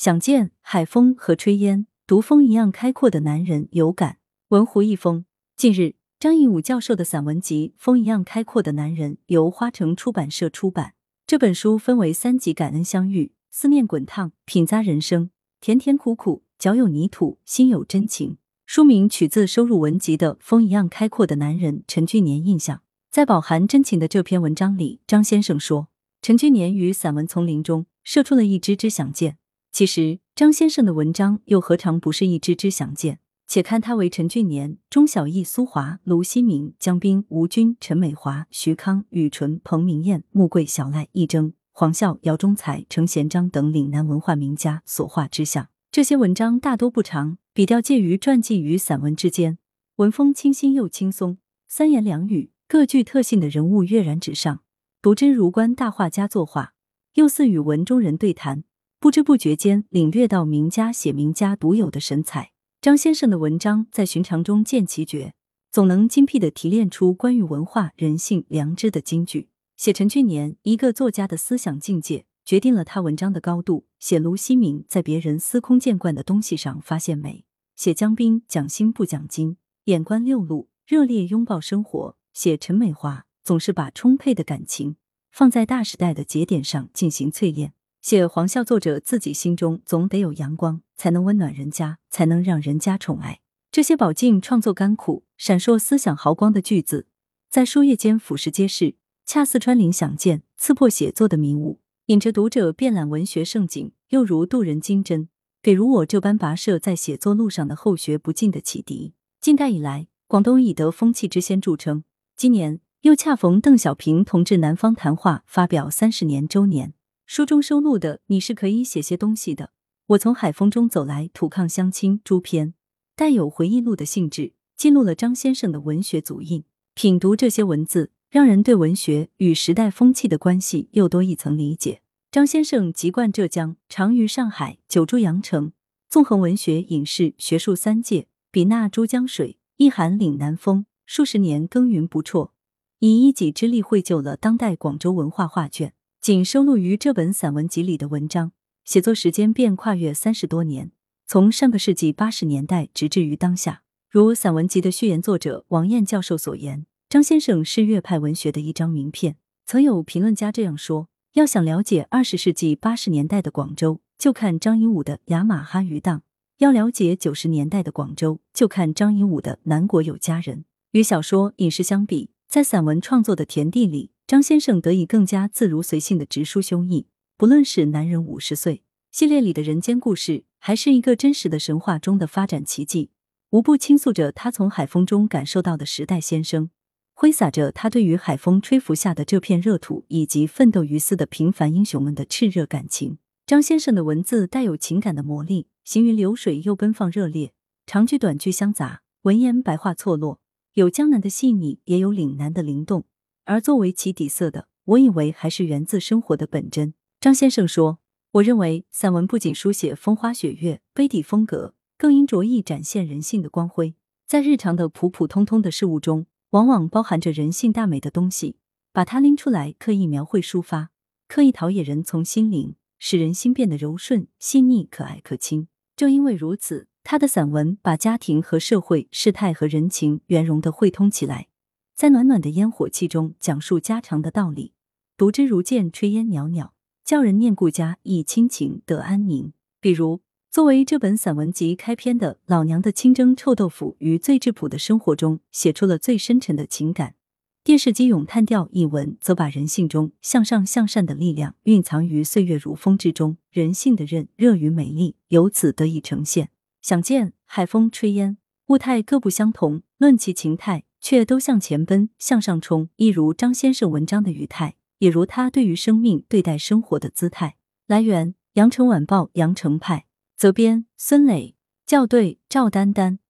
想见海风和炊烟，读风一样开阔的男人有感。文胡一风。近日，张颐武教授的散文集《风一样开阔的男人》由花城出版社出版。这本书分为3集：感恩相遇、思念滚烫、品咂人生、甜甜苦苦、脚有泥土，心有真情。书名取自收入文集的《风一样开阔的男人》陈巨年印象。在饱含真情的这篇文章里，张先生说，陈巨年于散文丛林中射出了一支支想见。其实，张先生的文章又何尝不是一支支想见？且看他为陈巨年、钟晓逸、苏华、卢锡明、江彬、吴军、陈美华、徐康、宇纯、彭明彦、穆桂、小赖、易争、黄孝、姚中才、程贤章等岭南文化名家所画之象。这些文章大多不长，笔调介于传记与散文之间，文风清新又轻松，三言两语，各具特性的人物跃然纸上，读之如观大画家作画，又似与文中人对谈，不知不觉间领略到名家写名家独有的神采。张先生的文章在寻常中见奇绝，总能精辟地提炼出关于文化、人性、良知的金句。写陈巨年一个作家的思想境界，决定了他文章的高度。写卢锡明在别人司空见惯的东西上发现美，写江彬讲心不讲筋，眼观六路，热烈拥抱生活。写陈美华总是把充沛的感情放在大时代的节点上进行淬炼。写黄孝作者自己心中总得有阳光，才能温暖人家，才能让人家宠爱。这些饱经创作甘苦、闪烁思想豪光的句子，在书页间俯拾皆是，恰似穿林想见，刺破写作的迷雾，引着读者遍览文学盛景，又如渡人金针，给如我这般跋涉在写作路上的后学不尽的启迪。近代以来，广东以得风气之先著称，今年又恰逢邓小平同志南方谈话发表30年周年。书中收录的你是可以写些东西的，我从海风中走来，土炕相亲诸篇，带有回忆录的性质，记录了张先生的文学足印。品读这些文字，让人对文学与时代风气的关系又多一层理解。张先生籍贯浙江，长于上海，久住羊城，纵横文学、影视、学术3界，笔纳珠江水，意含岭南风，数十年耕耘不辍，以一己之力绘就了当代广州文化画卷。仅收录于这本散文集里的文章，写作时间便跨越30多年，从上个世纪80年代直至于当下。如散文集的序言作者王燕教授所言，张先生是粤派文学的一张名片。曾有评论家这样说，要想了解20世纪80年代的广州，就看张颐武的《雅马哈余荡》，要了解90年代的广州，就看张颐武的《南国有佳人》。与小说、影视相比，在散文创作的田地里，张先生得以更加自如随性地直抒胸臆。不论是男人50岁系列里的人间故事，还是一个真实的神话中的发展奇迹，无不倾诉着他从海风中感受到的时代先声，挥洒着他对于海风吹拂下的这片热土以及奋斗于斯的平凡英雄们的炽热感情。张先生的文字带有情感的魔力，行云流水又奔放热烈，长句短句相杂，文言白话错落，有江南的细腻，也有岭南的灵动。而作为其底色的，我以为还是源自生活的本真。张先生说，我认为散文不仅书写风花雪月、杯底风格，更应着意展现人性的光辉。在日常的普普通通的事物中，往往包含着人性大美的东西，把它拎出来刻意描绘抒发，刻意陶冶人从心灵，使人心变得柔顺、细腻、可爱、可亲。正因为如此，他的散文把家庭和社会、事态和人情圆融地汇通起来，在暖暖的烟火气中讲述家常的道理，读之如见炊烟袅袅，叫人念故家，忆亲情，得安宁。比如，作为这本散文集开篇的老娘的清蒸臭豆腐与最质朴的生活中写出了最深沉的情感。电视机咏叹调一文则把人性中向上向善的力量蕴藏于岁月如风之中，人性的韧热与美丽由此得以呈现。想见、海风、炊烟，物态各不相同，论其情态，却都向前奔，向上冲，一如张先生文章的语态，也如他对于生命、对待生活的姿态。来源：羊城晚报羊城派，责编：孙磊，校对：赵丹丹。